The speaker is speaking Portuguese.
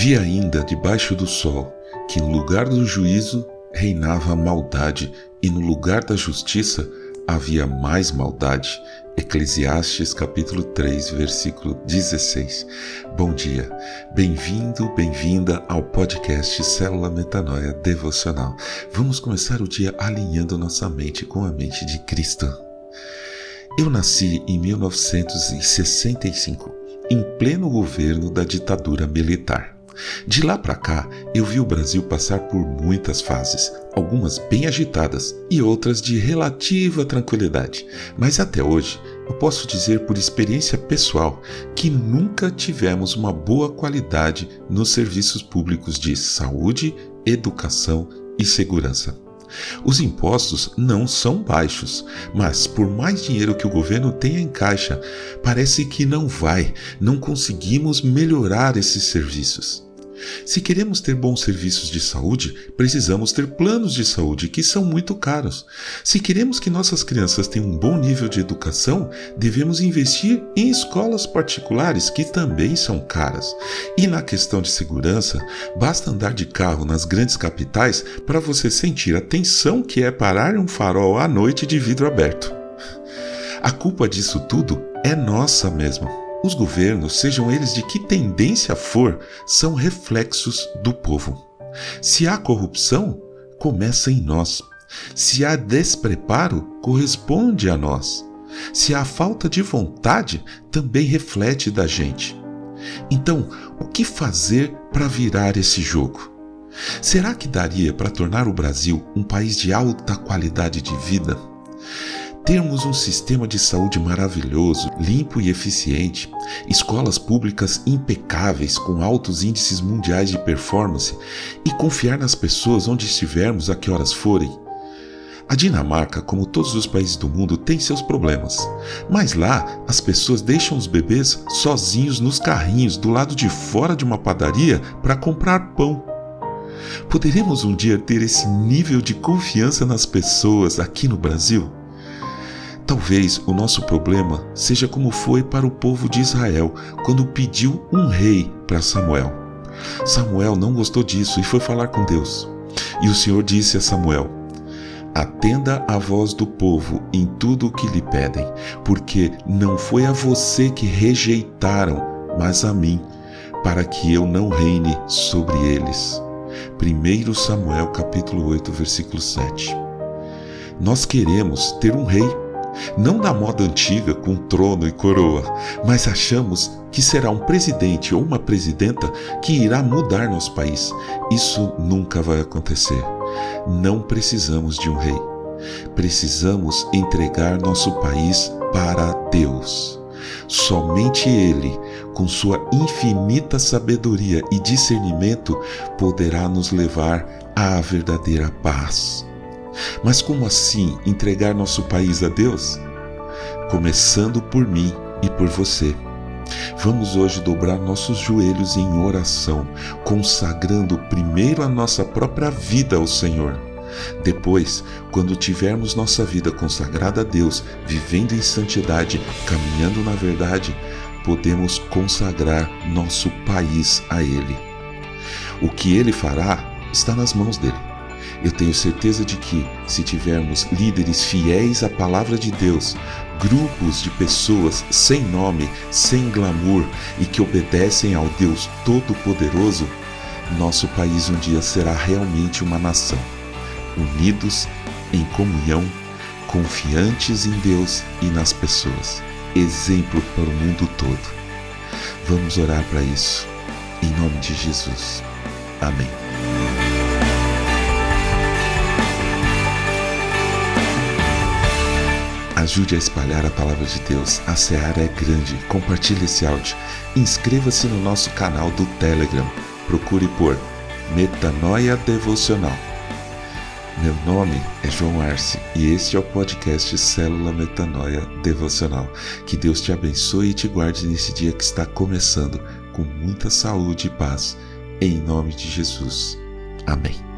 Vi ainda debaixo do sol que no lugar do juízo reinava a maldade e no lugar da justiça havia mais maldade. Eclesiastes capítulo 3, versículo 16. Bom dia, bem-vindo, bem-vinda ao podcast Célula Metanoia Devocional. Vamos começar o dia alinhando nossa mente com a mente de Cristo. Eu nasci em 1965, em pleno governo da ditadura militar. De lá para cá, eu vi o Brasil passar por muitas fases, algumas bem agitadas e outras de relativa tranquilidade. Mas até hoje, eu posso dizer por experiência pessoal que nunca tivemos uma boa qualidade nos serviços públicos de saúde, educação e segurança. Os impostos não são baixos, mas por mais dinheiro que o governo tenha em caixa, parece que não conseguimos melhorar esses serviços. Se queremos ter bons serviços de saúde, precisamos ter planos de saúde que são muito caros. Se queremos que nossas crianças tenham um bom nível de educação, devemos investir em escolas particulares que também são caras. E na questão de segurança, basta andar de carro nas grandes capitais para você sentir a tensão que é parar em um farol à noite de vidro aberto. A culpa disso tudo é nossa mesmo. Os governos, sejam eles de que tendência for, são reflexos do povo. Se há corrupção, começa em nós. Se há despreparo, corresponde a nós. Se há falta de vontade, também reflete da gente. Então, o que fazer para virar esse jogo? Será que daria para tornar o Brasil um país de alta qualidade de vida? Termos um sistema de saúde maravilhoso, limpo e eficiente, escolas públicas impecáveis com altos índices mundiais de performance e confiar nas pessoas onde estivermos a que horas forem. A Dinamarca, como todos os países do mundo, tem seus problemas, mas lá as pessoas deixam os bebês sozinhos nos carrinhos do lado de fora de uma padaria para comprar pão. Poderemos um dia ter esse nível de confiança nas pessoas aqui no Brasil? Talvez o nosso problema seja como foi para o povo de Israel quando pediu um rei para Samuel. Samuel não gostou disso e foi falar com Deus. E o Senhor disse a Samuel: atenda à voz do povo em tudo o que lhe pedem, porque não foi a você que rejeitaram, mas a mim, para que eu não reine sobre eles. 1 Samuel capítulo 8, versículo 7. Nós queremos ter um rei, não da moda antiga com trono e coroa, mas achamos que será um presidente ou uma presidenta que irá mudar nosso país. Isso nunca vai acontecer. Não precisamos de um rei. Precisamos entregar nosso país para Deus. Somente Ele, com sua infinita sabedoria e discernimento, poderá nos levar à verdadeira paz. Mas como assim entregar nosso país a Deus? Começando por mim e por você. Vamos hoje dobrar nossos joelhos em oração, consagrando primeiro a nossa própria vida ao Senhor. Depois, quando tivermos nossa vida consagrada a Deus, vivendo em santidade, caminhando na verdade, podemos consagrar nosso país a Ele. O que Ele fará está nas mãos dele. Eu tenho certeza de que, se tivermos líderes fiéis à palavra de Deus, grupos de pessoas sem nome, sem glamour e que obedecem ao Deus Todo-Poderoso, nosso país um dia será realmente uma nação, unidos em comunhão, confiantes em Deus e nas pessoas, exemplo para o mundo todo. Vamos orar para isso, em nome de Jesus. Amém. Ajude a espalhar a palavra de Deus. A seara é grande. Compartilhe esse áudio. Inscreva-se no nosso canal do Telegram. Procure por Metanoia Devocional. Meu nome é João Arce e este é o podcast Célula Metanoia Devocional. Que Deus te abençoe e te guarde nesse dia que está começando, com muita saúde e paz. Em nome de Jesus. Amém.